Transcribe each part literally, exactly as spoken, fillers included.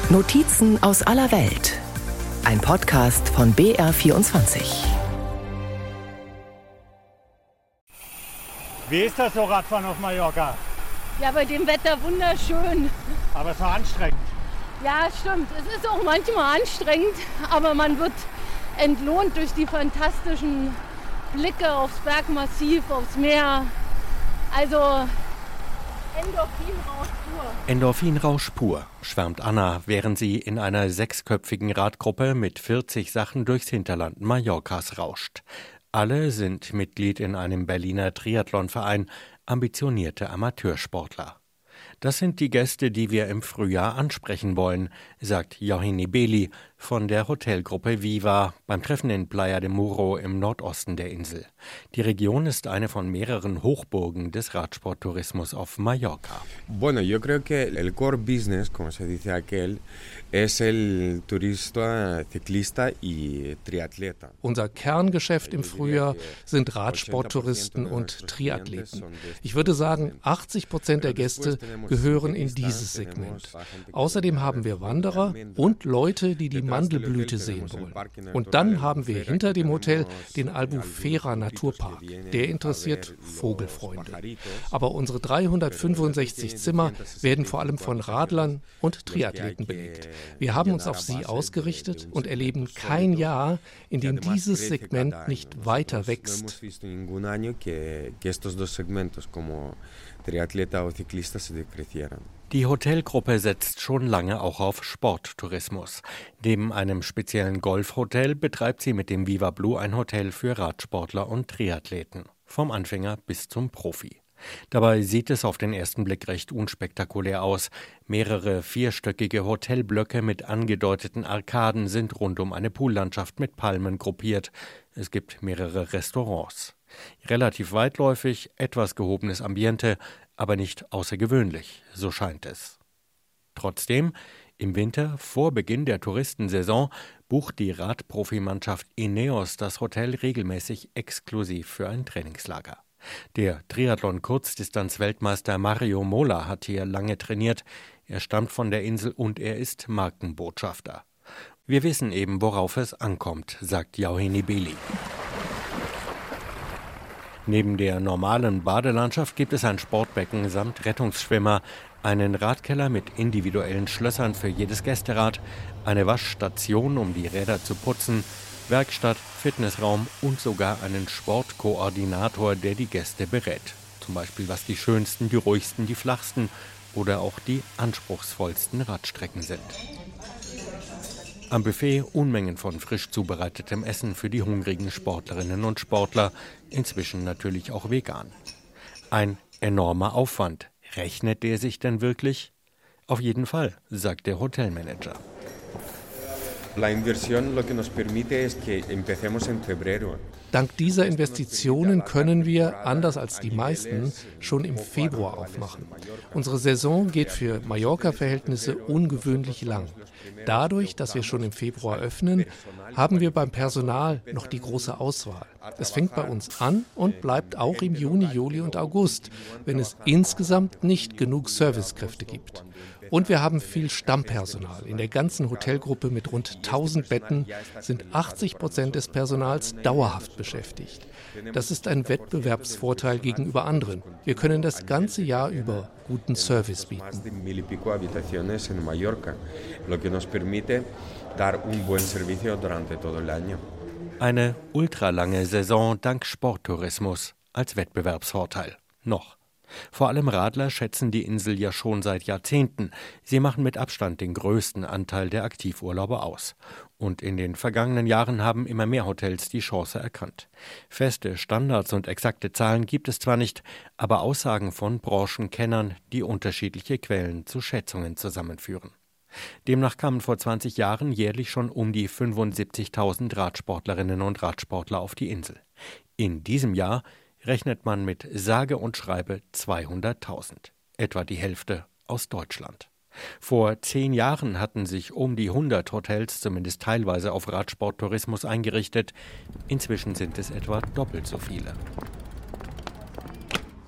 Notizen aus aller Welt. Ein Podcast von B R vierundzwanzig. Wie ist das so, Radfahren auf Mallorca? Ja, bei dem Wetter wunderschön. Aber es war anstrengend. Ja, stimmt. Es ist auch manchmal anstrengend, aber man wird entlohnt durch die fantastischen Blicke aufs Bergmassiv, aufs Meer. Also Endorphinrausch pur. Endorphinrausch pur, schwärmt Anna, während sie in einer sechsköpfigen Radgruppe mit vierzig Sachen durchs Hinterland Mallorcas rauscht. Alle sind Mitglied in einem Berliner Triathlonverein, ambitionierte Amateursportler. Das sind die Gäste, die wir im Frühjahr ansprechen wollen, sagt Yauhini Beli von der Hotelgruppe Viva beim Treffen in Playa de Muro im Nordosten der Insel. Die Region ist eine von mehreren Hochburgen des Radsporttourismus auf Mallorca. Bueno, yo creo que el core business, como se dice aquel, es el turista, ciclista y triatleta. Unser Kerngeschäft im Frühjahr sind Radsporttouristen und Triathleten. Ich würde sagen, achtzig Prozent der Gäste gehören in dieses Segment. Außerdem haben wir Wanderer und Leute, die die Mandelblüte sehen wollen. Und dann haben wir hinter dem Hotel den Albufera Naturpark. Der interessiert Vogelfreunde. Aber unsere dreihundertfünfundsechzig Zimmer werden vor allem von Radlern und Triathleten belegt. Wir haben uns auf sie ausgerichtet und erleben kein Jahr, in dem dieses Segment nicht weiter wächst. Die Hotelgruppe setzt schon lange auch auf Sporttourismus. Neben einem speziellen Golfhotel betreibt sie mit dem Viva Blue ein Hotel für Radsportler und Triathleten. Vom Anfänger bis zum Profi. Dabei sieht es auf den ersten Blick recht unspektakulär aus. Mehrere vierstöckige Hotelblöcke mit angedeuteten Arkaden sind rund um eine Poollandschaft mit Palmen gruppiert. Es gibt mehrere Restaurants. Relativ weitläufig, etwas gehobenes Ambiente, aber nicht außergewöhnlich, so scheint es. Trotzdem, im Winter, vor Beginn der Touristensaison, bucht die Radprofimannschaft Ineos das Hotel regelmäßig exklusiv für ein Trainingslager. Der Triathlon-Kurzdistanz-Weltmeister Mario Mola hat hier lange trainiert. Er stammt von der Insel und er ist Markenbotschafter. Wir wissen eben, worauf es ankommt, sagt Yauhini Beli. Neben der normalen Badelandschaft gibt es ein Sportbecken samt Rettungsschwimmer, einen Radkeller mit individuellen Schlössern für jedes Gästerad, eine Waschstation, um die Räder zu putzen, Werkstatt, Fitnessraum und sogar einen Sportkoordinator, der die Gäste berät. Zum Beispiel was die schönsten, die ruhigsten, die flachsten oder auch die anspruchsvollsten Radstrecken sind. Am Buffet Unmengen von frisch zubereitetem Essen für die hungrigen Sportlerinnen und Sportler, inzwischen natürlich auch vegan. Ein enormer Aufwand. Rechnet der sich denn wirklich? Auf jeden Fall, sagt der Hotelmanager. Dank dieser Investitionen können wir, anders als die meisten, schon im Februar aufmachen. Unsere Saison geht für Mallorca-Verhältnisse ungewöhnlich lang. Dadurch, dass wir schon im Februar öffnen, haben wir beim Personal noch die große Auswahl. Es fängt bei uns an und bleibt auch im Juni, Juli und August, wenn es insgesamt nicht genug Servicekräfte gibt. Und wir haben viel Stammpersonal. In der ganzen Hotelgruppe mit rund tausend Betten sind achtzig Prozent des Personals dauerhaft beschäftigt. Das ist ein Wettbewerbsvorteil gegenüber anderen. Wir können das ganze Jahr über guten Service bieten. Eine ultralange Saison dank Sporttourismus als Wettbewerbsvorteil. Noch. Vor allem Radler schätzen die Insel ja schon seit Jahrzehnten. Sie machen mit Abstand den größten Anteil der Aktivurlauber aus. Und in den vergangenen Jahren haben immer mehr Hotels die Chance erkannt. Feste Standards und exakte Zahlen gibt es zwar nicht, aber Aussagen von Branchenkennern, die unterschiedliche Quellen zu Schätzungen zusammenführen. Demnach kamen vor zwanzig Jahren jährlich schon um die fünfundsiebzigtausend Radsportlerinnen und Radsportler auf die Insel. In diesem Jahr rechnet man mit sage und schreibe zweihunderttausend, etwa die Hälfte aus Deutschland. Vor zehn Jahren hatten sich um die hundert Hotels zumindest teilweise auf Radsporttourismus eingerichtet. Inzwischen sind es etwa doppelt so viele.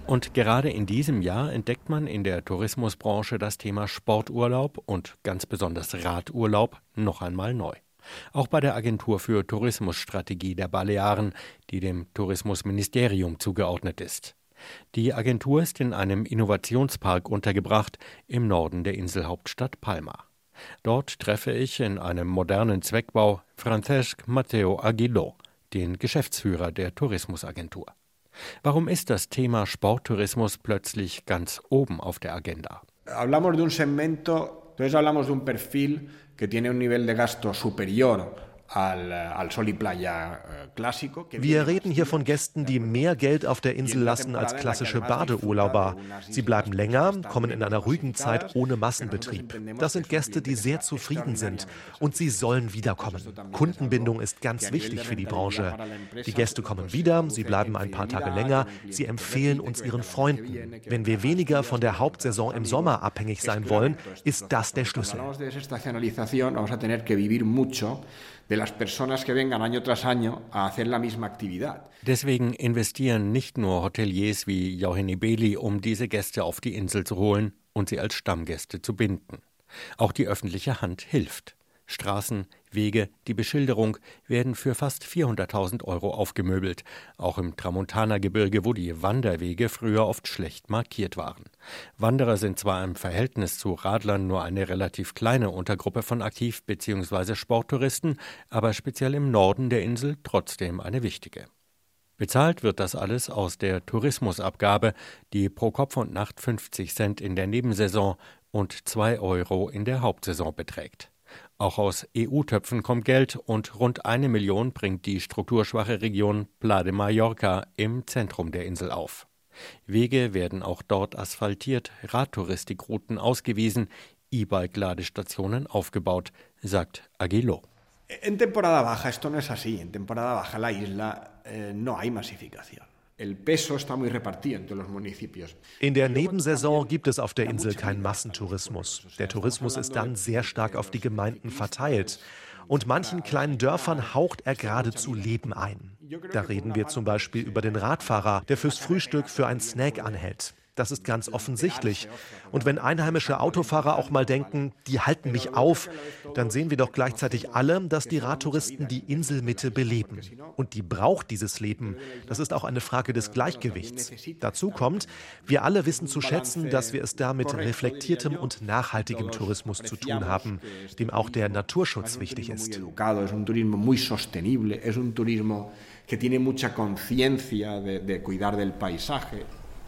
Und gerade in diesem Jahr entdeckt man in der Tourismusbranche das Thema Sporturlaub und ganz besonders Radurlaub noch einmal neu. Auch bei der Agentur für Tourismusstrategie der Balearen, die dem Tourismusministerium zugeordnet ist. Die Agentur ist in einem Innovationspark untergebracht im Norden der Inselhauptstadt Palma. Dort treffe ich in einem modernen Zweckbau Francesc Mateo Aguiló, den Geschäftsführer der Tourismusagentur. Warum ist das Thema Sporttourismus plötzlich ganz oben auf der Agenda? Hablamos de un segmento, entonces hablamos de un perfil que tiene un nivel de gasto superior al, al Sol y Playa Clásico. Wir reden hier von Gästen, die mehr Geld auf der Insel lassen als klassische Badeurlauber. Sie bleiben länger, kommen in einer ruhigen Zeit ohne Massenbetrieb. Das sind Gäste, die sehr zufrieden sind und sie sollen wiederkommen. Kundenbindung ist ganz wichtig für die Branche. Die Gäste kommen wieder, sie bleiben ein paar Tage länger, sie empfehlen uns ihren Freunden. Wenn wir weniger von der Hauptsaison im Sommer abhängig sein wollen, ist das der Schlüssel. de las personas que vengan año tras año a hacer la misma actividad. Deswegen investieren nicht nur Hoteliers wie Jauheni Beli, um diese Gäste auf die Insel zu holen und sie als Stammgäste zu binden. Auch die öffentliche Hand hilft. Straßen, Wege, die Beschilderung werden für fast vierhunderttausend Euro aufgemöbelt. Auch im Tramontana-Gebirge, wo die Wanderwege früher oft schlecht markiert waren. Wanderer sind zwar im Verhältnis zu Radlern nur eine relativ kleine Untergruppe von Aktiv- bzw. Sporttouristen, aber speziell im Norden der Insel trotzdem eine wichtige. Bezahlt wird das alles aus der Tourismusabgabe, die pro Kopf und Nacht fünfzig Cent in der Nebensaison und zwei Euro in der Hauptsaison beträgt. Auch aus E U-Töpfen kommt Geld und rund eine Million bringt die strukturschwache Region Pla de Mallorca im Zentrum der Insel auf. Wege werden auch dort asphaltiert, Radtouristikrouten ausgewiesen, E-Bike-Ladestationen aufgebaut, sagt Aguiló. En temporada baja esto no es así. En temporada baja la isla eh, no hay masificación. In der Nebensaison gibt es auf der Insel keinen Massentourismus. Der Tourismus ist dann sehr stark auf die Gemeinden verteilt. Und manchen kleinen Dörfern haucht er geradezu Leben ein. Da reden wir zum Beispiel über den Radfahrer, der fürs Frühstück für einen Snack anhält. Das ist ganz offensichtlich. Und wenn einheimische Autofahrer auch mal denken, die halten mich auf, dann sehen wir doch gleichzeitig alle, dass die Radtouristen die Inselmitte beleben. Und die braucht dieses Leben. Das ist auch eine Frage des Gleichgewichts. Dazu kommt, wir alle wissen zu schätzen, dass wir es da mit reflektiertem und nachhaltigem Tourismus zu tun haben, dem auch der Naturschutz wichtig ist. Que tiene mucha conciencia de, de cuidar del paisaje.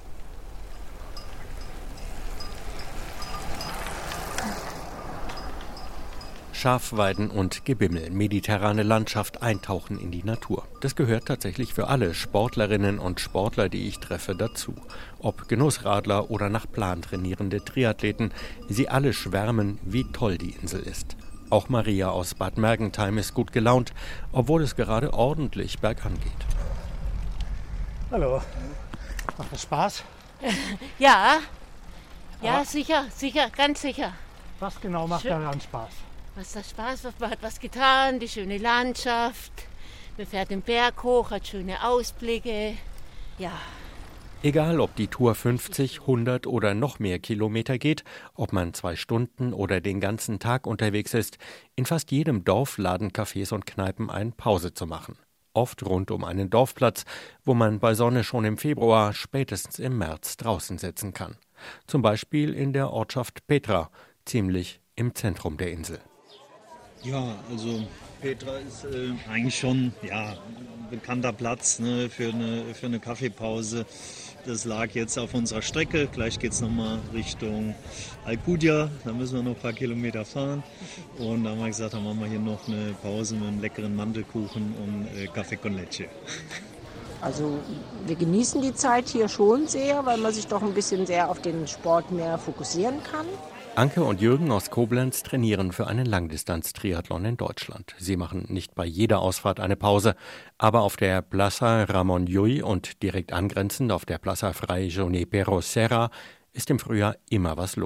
Schafweiden und Gebimmel, mediterrane Landschaft, eintauchen in die Natur. Das gehört tatsächlich für alle Sportlerinnen und Sportler, die ich treffe, dazu. Ob Genussradler oder nach Plan trainierende Triathleten, sie alle schwärmen, wie toll die Insel ist. Auch Maria aus Bad Mergentheim ist gut gelaunt, obwohl es gerade ordentlich bergan geht. Hallo, macht das Spaß? Ja, ja, Aber sicher, sicher, ganz sicher. Was genau macht Schön. daran Spaß? Was das Spaß macht, man hat was getan, die schöne Landschaft, man fährt den Berg hoch, hat schöne Ausblicke, ja. Egal, ob die Tour fünfzig, hundert oder noch mehr Kilometer geht, ob man zwei Stunden oder den ganzen Tag unterwegs ist, in fast jedem Dorf laden Cafés und Kneipen ein, Pause zu machen. Oft rund um einen Dorfplatz, wo man bei Sonne schon im Februar, spätestens im März draußen sitzen kann. Zum Beispiel in der Ortschaft Petra, ziemlich im Zentrum der Insel. Ja, also Petra ist äh, eigentlich schon ja, ein bekannter Platz, ne, für, eine, für eine Kaffeepause. Das lag jetzt auf unserer Strecke. Gleich geht es nochmal Richtung Alcudia. Da müssen wir noch ein paar Kilometer fahren. Und da haben wir gesagt, dann machen wir hier noch eine Pause mit einem leckeren Mandelkuchen und äh, Kaffee con leche. Also wir genießen die Zeit hier schon sehr, weil man sich doch ein bisschen sehr auf den Sport mehr fokussieren kann. Anke und Jürgen aus Koblenz trainieren für einen Langdistanz-Triathlon in Deutschland. Sie machen nicht bei jeder Ausfahrt eine Pause, aber auf der Plaza Ramon Llull und direkt angrenzend auf der Plaza Fray Junipero Serra ist im Frühjahr immer was los.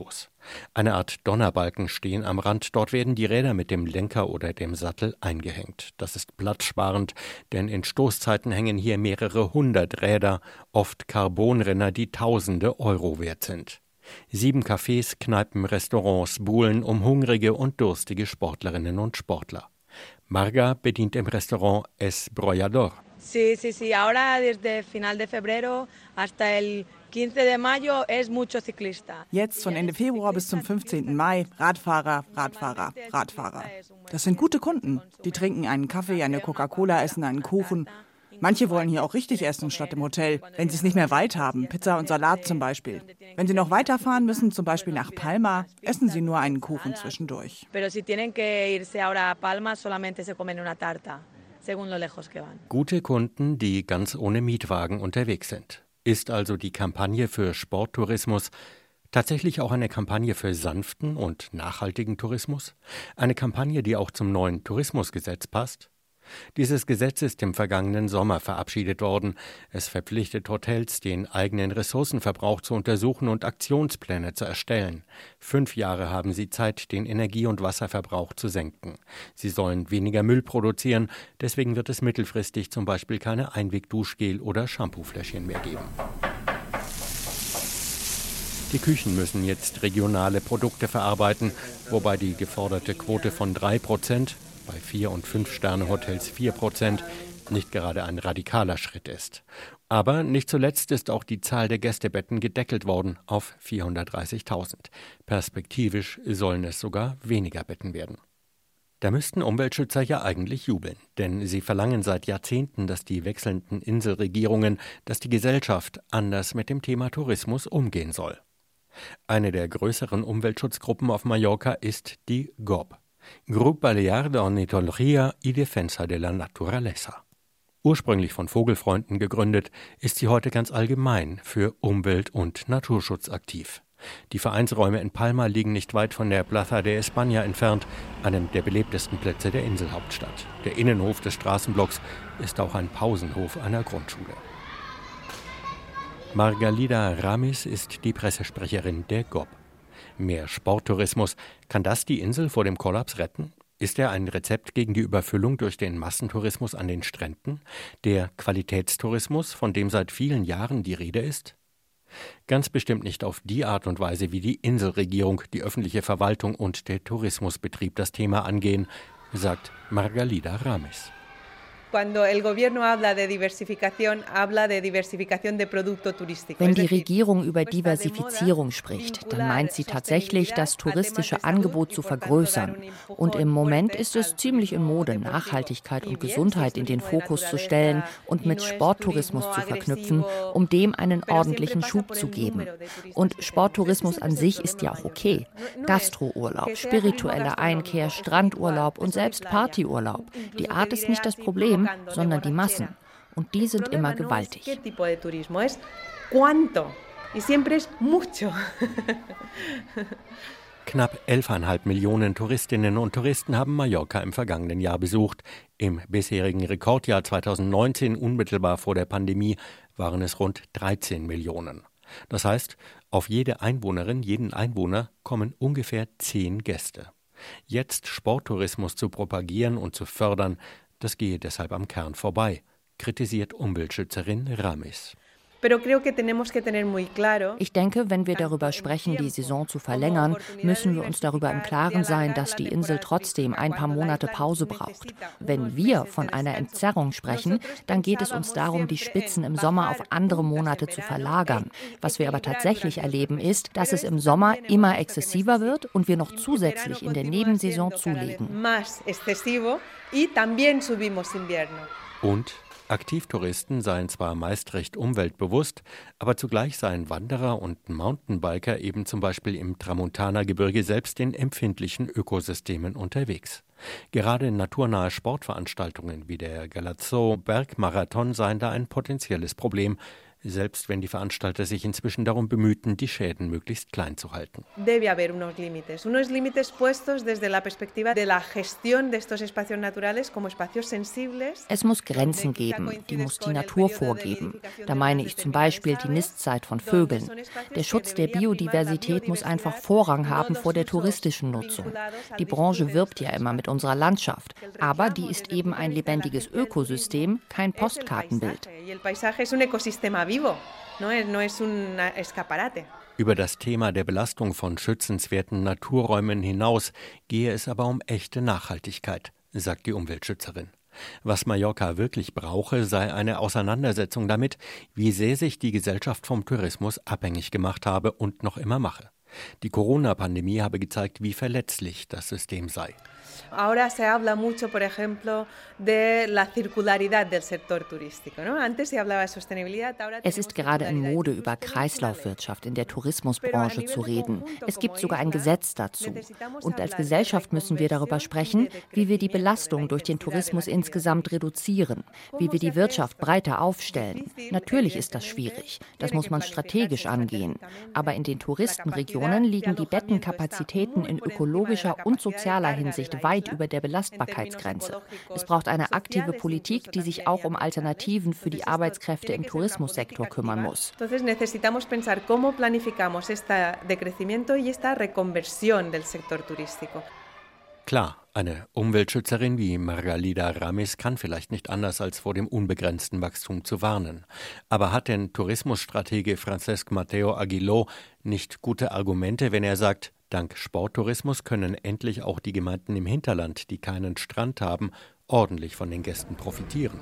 Eine Art Donnerbalken stehen am Rand. Dort werden die Räder mit dem Lenker oder dem Sattel eingehängt. Das ist platzsparend, denn in Stoßzeiten hängen hier mehrere hundert Räder, oft Carbonrenner, die Tausende Euro wert sind. Sieben Cafés, Kneipen, Restaurants buhlen um hungrige und durstige Sportlerinnen und Sportler. Marga bedient im Restaurant Es Brollador. Sí, sí, sí. Ahora desde final de febrero hasta el quince de mayo es mucho ciclista. Jetzt von Ende Februar bis zum fünfzehnten Mai Radfahrer, Radfahrer, Radfahrer. Das sind gute Kunden. Die trinken einen Kaffee, eine Coca-Cola, essen einen Kuchen. Manche wollen hier auch richtig essen statt im Hotel, wenn sie es nicht mehr weit haben, Pizza und Salat zum Beispiel. Wenn sie noch weiterfahren müssen, zum Beispiel nach Palma, essen sie nur einen Kuchen zwischendurch. Gute Kunden, die ganz ohne Mietwagen unterwegs sind. Ist also die Kampagne für Sporttourismus tatsächlich auch eine Kampagne für sanften und nachhaltigen Tourismus? Eine Kampagne, die auch zum neuen Tourismusgesetz passt? Dieses Gesetz ist im vergangenen Sommer verabschiedet worden. Es verpflichtet Hotels, den eigenen Ressourcenverbrauch zu untersuchen und Aktionspläne zu erstellen. Fünf Jahre haben sie Zeit, den Energie- und Wasserverbrauch zu senken. Sie sollen weniger Müll produzieren, deswegen wird es mittelfristig zum Beispiel keine Einwegduschgel- oder Shampoofläschchen mehr geben. Die Küchen müssen jetzt regionale Produkte verarbeiten, wobei die geforderte Quote von drei Prozent bei Vier- und Fünf-Sterne-Hotels vier Prozent nicht gerade ein radikaler Schritt ist. Aber nicht zuletzt ist auch die Zahl der Gästebetten gedeckelt worden auf vierhundertdreißigtausend. Perspektivisch sollen es sogar weniger Betten werden. Da müssten Umweltschützer ja eigentlich jubeln, denn sie verlangen seit Jahrzehnten, dass die wechselnden Inselregierungen, dass die Gesellschaft anders mit dem Thema Tourismus umgehen soll. Eine der größeren Umweltschutzgruppen auf Mallorca ist die G O B. Grup Balear de Ornitología y Defensa de la Naturaleza. Ursprünglich von Vogelfreunden gegründet, ist sie heute ganz allgemein für Umwelt- und Naturschutz aktiv. Die Vereinsräume in Palma liegen nicht weit von der Plaza de España entfernt, einem der belebtesten Plätze der Inselhauptstadt. Der Innenhof des Straßenblocks ist auch ein Pausenhof einer Grundschule. Margalida Ramis ist die Pressesprecherin der G O B. Mehr Sporttourismus, kann das die Insel vor dem Kollaps retten? Ist er ein Rezept gegen die Überfüllung durch den Massentourismus an den Stränden? Der Qualitätstourismus, von dem seit vielen Jahren die Rede ist? Ganz bestimmt nicht auf die Art und Weise, wie die Inselregierung, die öffentliche Verwaltung und der Tourismusbetrieb das Thema angehen, sagt Margalida Ramis. Wenn die Regierung über Diversifizierung spricht, dann meint sie tatsächlich, das touristische Angebot zu vergrößern. Und im Moment ist es ziemlich in Mode, Nachhaltigkeit und Gesundheit in den Fokus zu stellen und mit Sporttourismus zu verknüpfen, um dem einen ordentlichen Schub zu geben. Und Sporttourismus an sich ist ja auch okay. Gastrourlaub, spirituelle Einkehr, Strandurlaub und selbst Partyurlaub. Die Art ist nicht das Problem, sondern die Massen. Und die sind immer gewaltig. Knapp elf Komma fünf Millionen Touristinnen und Touristen haben Mallorca im vergangenen Jahr besucht. Im bisherigen Rekordjahr zweitausendneunzehn, unmittelbar vor der Pandemie, waren es rund dreizehn Millionen. Das heißt, auf jede Einwohnerin, jeden Einwohner kommen ungefähr zehn Gäste. Jetzt Sporttourismus zu propagieren und zu fördern, das gehe deshalb am Kern vorbei, kritisiert Umweltschützerin Ramis. Ich denke, wenn wir darüber sprechen, die Saison zu verlängern, müssen wir uns darüber im Klaren sein, dass die Insel trotzdem ein paar Monate Pause braucht. Wenn wir von einer Entzerrung sprechen, dann geht es uns darum, die Spitzen im Sommer auf andere Monate zu verlagern. Was wir aber tatsächlich erleben, ist, dass es im Sommer immer exzessiver wird und wir noch zusätzlich in der Nebensaison zulegen. Und Aktivtouristen seien zwar meist recht umweltbewusst, aber zugleich seien Wanderer und Mountainbiker eben zum Beispiel im Tramontana-Gebirge selbst in empfindlichen Ökosystemen unterwegs. Gerade naturnahe Sportveranstaltungen wie der Galatzó Bergmarathon seien da ein potenzielles Problem, selbst wenn die Veranstalter sich inzwischen darum bemühten, die Schäden möglichst klein zu halten. Debe haber unos límites, unos límites puestos desde la perspectiva de la gestión de estos espacios naturales como espacios sensibles. Es muss Grenzen geben, die muss die Natur vorgeben. Da meine ich zum Beispiel die Nistzeit von Vögeln. Der Schutz der Biodiversität muss einfach Vorrang haben vor der touristischen Nutzung. Die Branche wirbt ja immer mit unserer Landschaft, aber die ist eben ein lebendiges Ökosystem, kein Postkartenbild. Über das Thema der Belastung von schützenswerten Naturräumen hinaus gehe es aber um echte Nachhaltigkeit, sagt die Umweltschützerin. Was Mallorca wirklich brauche, sei eine Auseinandersetzung damit, wie sehr sich die Gesellschaft vom Tourismus abhängig gemacht habe und noch immer mache. Die Corona-Pandemie habe gezeigt, wie verletzlich das System sei. Ahora se habla mucho, por ejemplo, de la circularidad del sector turístico, ¿no? Antes se hablaba de sostenibilidad, ahora Es ist gerade in Mode, über Kreislaufwirtschaft in der Tourismusbranche zu reden. Es gibt sogar ein Gesetz dazu. Und als Gesellschaft müssen wir darüber sprechen, wie wir die Belastung durch den Tourismus insgesamt reduzieren, wie wir die Wirtschaft breiter aufstellen. Natürlich ist das schwierig. Das muss man strategisch angehen. Aber in den Touristenregionen liegen die Bettenkapazitäten in ökologischer und sozialer Hinsicht weit über der Belastbarkeitsgrenze. Es braucht eine aktive Politik, die sich auch um Alternativen für die Arbeitskräfte im Tourismussektor kümmern muss. Entonces necesitamos pensar cómo planificamos este decrecimiento y esta reconversión del sector turístico. Klar, eine Umweltschützerin wie Margalida Ramis kann vielleicht nicht anders, als vor dem unbegrenzten Wachstum zu warnen. Aber hat denn Tourismusstratege Francesc Mateo Aguiló nicht gute Argumente, wenn er sagt, dank Sporttourismus können endlich auch die Gemeinden im Hinterland, die keinen Strand haben, ordentlich von den Gästen profitieren?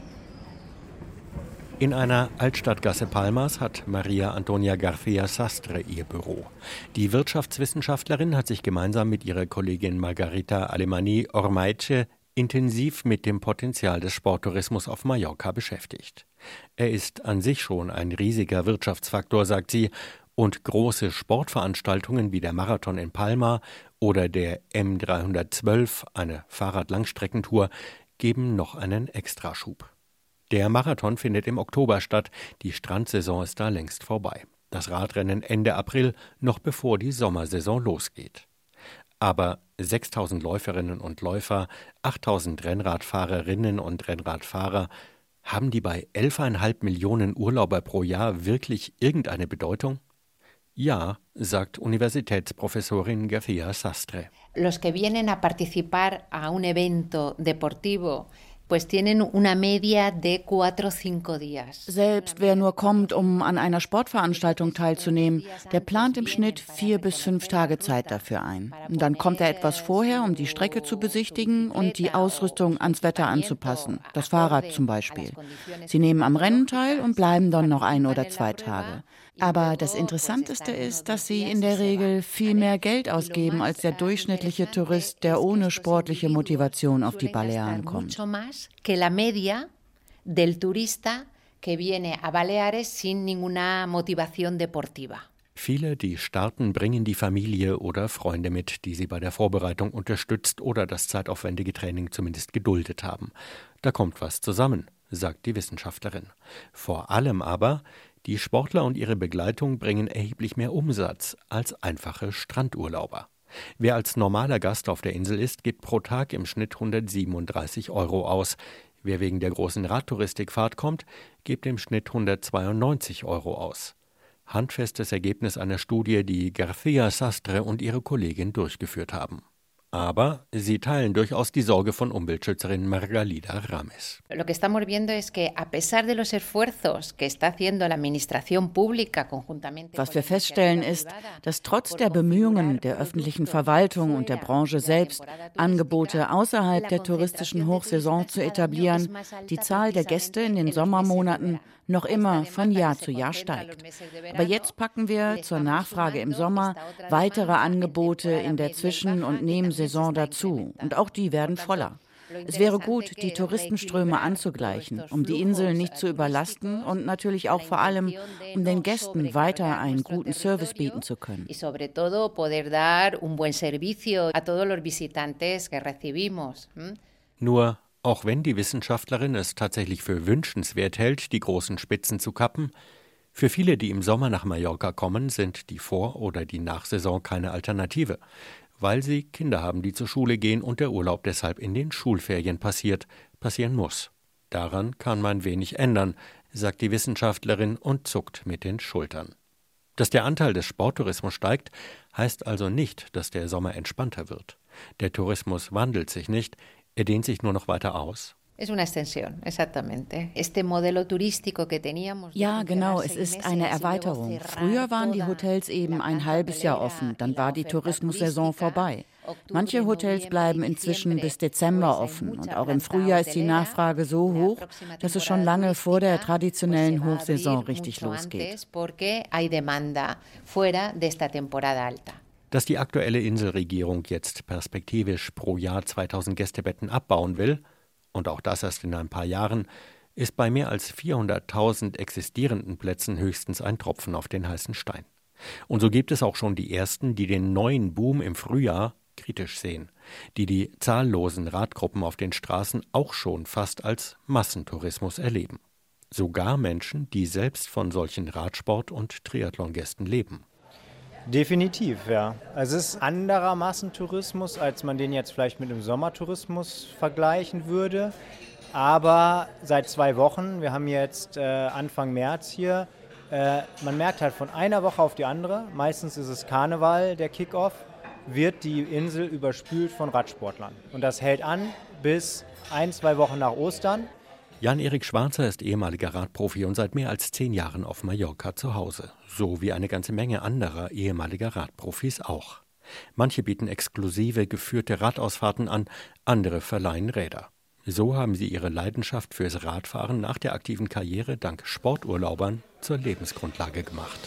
In einer Altstadtgasse Palmas hat Maria Antonia García Sastre ihr Büro. Die Wirtschaftswissenschaftlerin hat sich gemeinsam mit ihrer Kollegin Margarita Alemany Ormaice intensiv mit dem Potenzial des Sporttourismus auf Mallorca beschäftigt. Er ist an sich schon ein riesiger Wirtschaftsfaktor, sagt sie, und große Sportveranstaltungen wie der Marathon in Palma oder der M dreihundertzwölf, eine Fahrradlangstreckentour, geben noch einen Extraschub. Der Marathon findet im Oktober statt, die Strandsaison ist da längst vorbei. Das Radrennen Ende April, noch bevor die Sommersaison losgeht. Aber sechstausend Läuferinnen und Läufer, achttausend Rennradfahrerinnen und Rennradfahrer, haben die bei elf Komma fünf Millionen Urlauber pro Jahr wirklich irgendeine Bedeutung? Ja, sagt Universitätsprofessorin García Sastre. Los que vienen a participar a un evento deportivo pues tienen una media de cuatro, cinco días. Selbst wer nur kommt, um an einer Sportveranstaltung teilzunehmen, der plant im Schnitt vier bis fünf Tage Zeit dafür ein. Und dann kommt er etwas vorher, um die Strecke zu besichtigen und die Ausrüstung ans Wetter anzupassen, das Fahrrad zum Beispiel. Sie nehmen am Rennen teil und bleiben dann noch ein oder zwei Tage. Aber das Interessanteste ist, dass sie in der Regel viel mehr Geld ausgeben als der durchschnittliche Tourist, der ohne sportliche Motivation auf die Balearen kommt. Que la media del turista que viene a Baleares sin ninguna motivación deportiva. Viele, die starten, bringen die Familie oder Freunde mit, die sie bei der Vorbereitung unterstützt oder das zeitaufwendige Training zumindest geduldet haben. Da kommt was zusammen, sagt die Wissenschaftlerin. Vor allem aber, die Sportler und ihre Begleitung bringen erheblich mehr Umsatz als einfache Strandurlauber. Wer als normaler Gast auf der Insel ist, gibt pro Tag im Schnitt hundertsiebenunddreißig Euro aus. Wer wegen der großen Radtouristikfahrt kommt, gibt im Schnitt hundertzweiundneunzig Euro aus. Handfestes Ergebnis einer Studie, die García Sastre und ihre Kollegin durchgeführt haben. Aber sie teilen durchaus die Sorge von Umweltschützerin Margalida Ramis. Lo que estamos viendo es que a pesar de los esfuerzos que está haciendo la administración pública conjuntamente. Was wir feststellen ist, dass trotz der Bemühungen der öffentlichen Verwaltung und der Branche selbst, Angebote außerhalb der touristischen Hochsaison zu etablieren, die Zahl der Gäste in den Sommermonaten noch immer von Jahr zu Jahr steigt. Aber jetzt packen wir zur Nachfrage im Sommer weitere Angebote in der Zwischen- und Nebensaison dazu. Und auch die werden voller. Es wäre gut, die Touristenströme anzugleichen, um die Inseln nicht zu überlasten und natürlich auch vor allem, um den Gästen weiter einen guten Service bieten zu können. Nur Auch wenn die Wissenschaftlerin es tatsächlich für wünschenswert hält, die großen Spitzen zu kappen, für viele, die im Sommer nach Mallorca kommen, sind die Vor- oder die Nachsaison keine Alternative, weil sie Kinder haben, die zur Schule gehen und der Urlaub deshalb in den Schulferien passiert, passieren muss. Daran kann man wenig ändern, sagt die Wissenschaftlerin und zuckt mit den Schultern. Dass der Anteil des Sporttourismus steigt, heißt also nicht, dass der Sommer entspannter wird. Der Tourismus wandelt sich nicht, er dehnt sich nur noch weiter aus. Ja, genau, es ist eine Erweiterung. Früher waren die Hotels eben ein halbes Jahr offen, dann war die Tourismussaison vorbei. Manche Hotels bleiben inzwischen bis Dezember offen und auch im Frühjahr ist die Nachfrage so hoch, dass es schon lange vor der traditionellen Hochsaison richtig losgeht. Dass die aktuelle Inselregierung jetzt perspektivisch pro Jahr zweitausend Gästebetten abbauen will, und auch das erst in ein paar Jahren, ist bei mehr als vierhunderttausend existierenden Plätzen höchstens ein Tropfen auf den heißen Stein. Und so gibt es auch schon die Ersten, die den neuen Boom im Frühjahr kritisch sehen, die die zahllosen Radgruppen auf den Straßen auch schon fast als Massentourismus erleben. Sogar Menschen, die selbst von solchen Radsport- und Triathlon-Gästen leben. Definitiv, ja. Also es ist anderer Massentourismus, als man den jetzt vielleicht mit dem Sommertourismus vergleichen würde. Aber seit zwei Wochen, wir haben jetzt äh, Anfang März hier, äh, man merkt halt von einer Woche auf die andere, meistens ist es Karneval, der Kick-Off, wird die Insel überspült von Radsportlern. Und das hält an bis ein, zwei Wochen nach Ostern. Jan-Erik Schwarzer ist ehemaliger Radprofi und seit mehr als zehn Jahren auf Mallorca zu Hause. So wie eine ganze Menge anderer ehemaliger Radprofis auch. Manche bieten exklusive, geführte Radausfahrten an, andere verleihen Räder. So haben sie ihre Leidenschaft fürs Radfahren nach der aktiven Karriere dank Sporturlaubern zur Lebensgrundlage gemacht.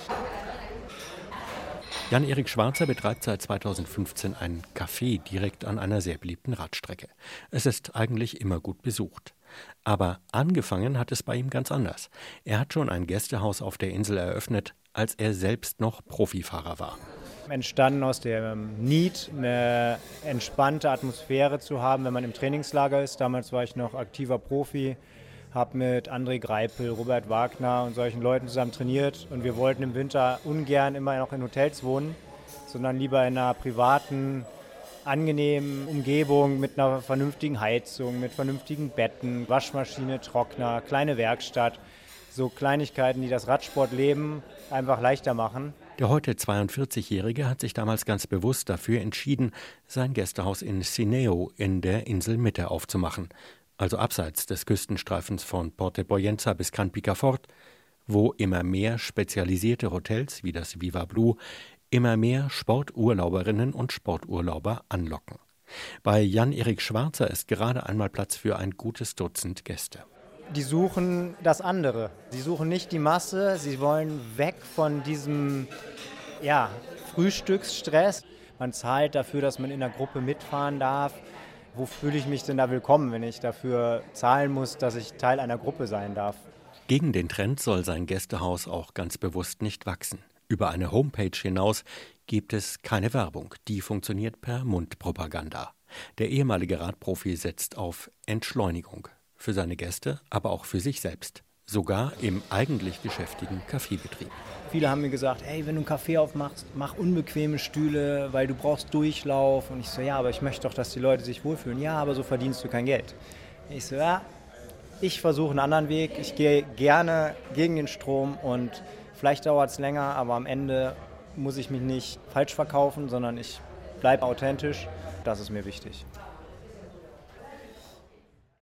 Jan-Erik Schwarzer betreibt seit zweitausendfünfzehn ein Café direkt an einer sehr beliebten Radstrecke. Es ist eigentlich immer gut besucht. Aber angefangen hat es bei ihm ganz anders. Er hat schon ein Gästehaus auf der Insel eröffnet, als er selbst noch Profifahrer war. Entstanden aus dem Need, eine entspannte Atmosphäre zu haben, wenn man im Trainingslager ist. Damals war ich noch aktiver Profi, habe mit André Greipel, Robert Wagner und solchen Leuten zusammen trainiert. Und wir wollten im Winter ungern immer noch in Hotels wohnen, sondern lieber in einer privaten, angenehmen Umgebung mit einer vernünftigen Heizung, mit vernünftigen Betten, Waschmaschine, Trockner, kleine Werkstatt. So Kleinigkeiten, die das Radsportleben einfach leichter machen. Der heute zweiundvierzigjährige hat sich damals ganz bewusst dafür entschieden, sein Gästehaus in Sineo in der Inselmitte aufzumachen, also abseits des Küstenstreifens von Porto Pollença bis Can Picafort, wo immer mehr spezialisierte Hotels wie das Viva Blu immer mehr Sporturlauberinnen und Sporturlauber anlocken. Bei Jan-Erik Schwarzer ist gerade einmal Platz für ein gutes Dutzend Gäste. Die suchen das andere. Sie suchen nicht die Masse, sie wollen weg von diesem ja, Frühstücksstress. Man zahlt dafür, dass man in der Gruppe mitfahren darf. Wo fühle ich mich denn da willkommen, wenn ich dafür zahlen muss, dass ich Teil einer Gruppe sein darf? Gegen den Trend soll sein Gästehaus auch ganz bewusst nicht wachsen. Über eine Homepage hinaus gibt es keine Werbung. Die funktioniert per Mundpropaganda. Der ehemalige Radprofi setzt auf Entschleunigung. Für seine Gäste, aber auch für sich selbst. Sogar im eigentlich geschäftigen Kaffeebetrieb. Viele haben mir gesagt, hey, wenn du einen Kaffee aufmachst, mach unbequeme Stühle, weil du brauchst Durchlauf. Und ich so, ja, aber ich möchte doch, dass die Leute sich wohlfühlen. Ja, aber so verdienst du kein Geld. Ich so, ja, ich versuche einen anderen Weg. Ich gehe gerne gegen den Strom und vielleicht dauert es länger, aber am Ende muss ich mich nicht falsch verkaufen, sondern ich bleibe authentisch. Das ist mir wichtig.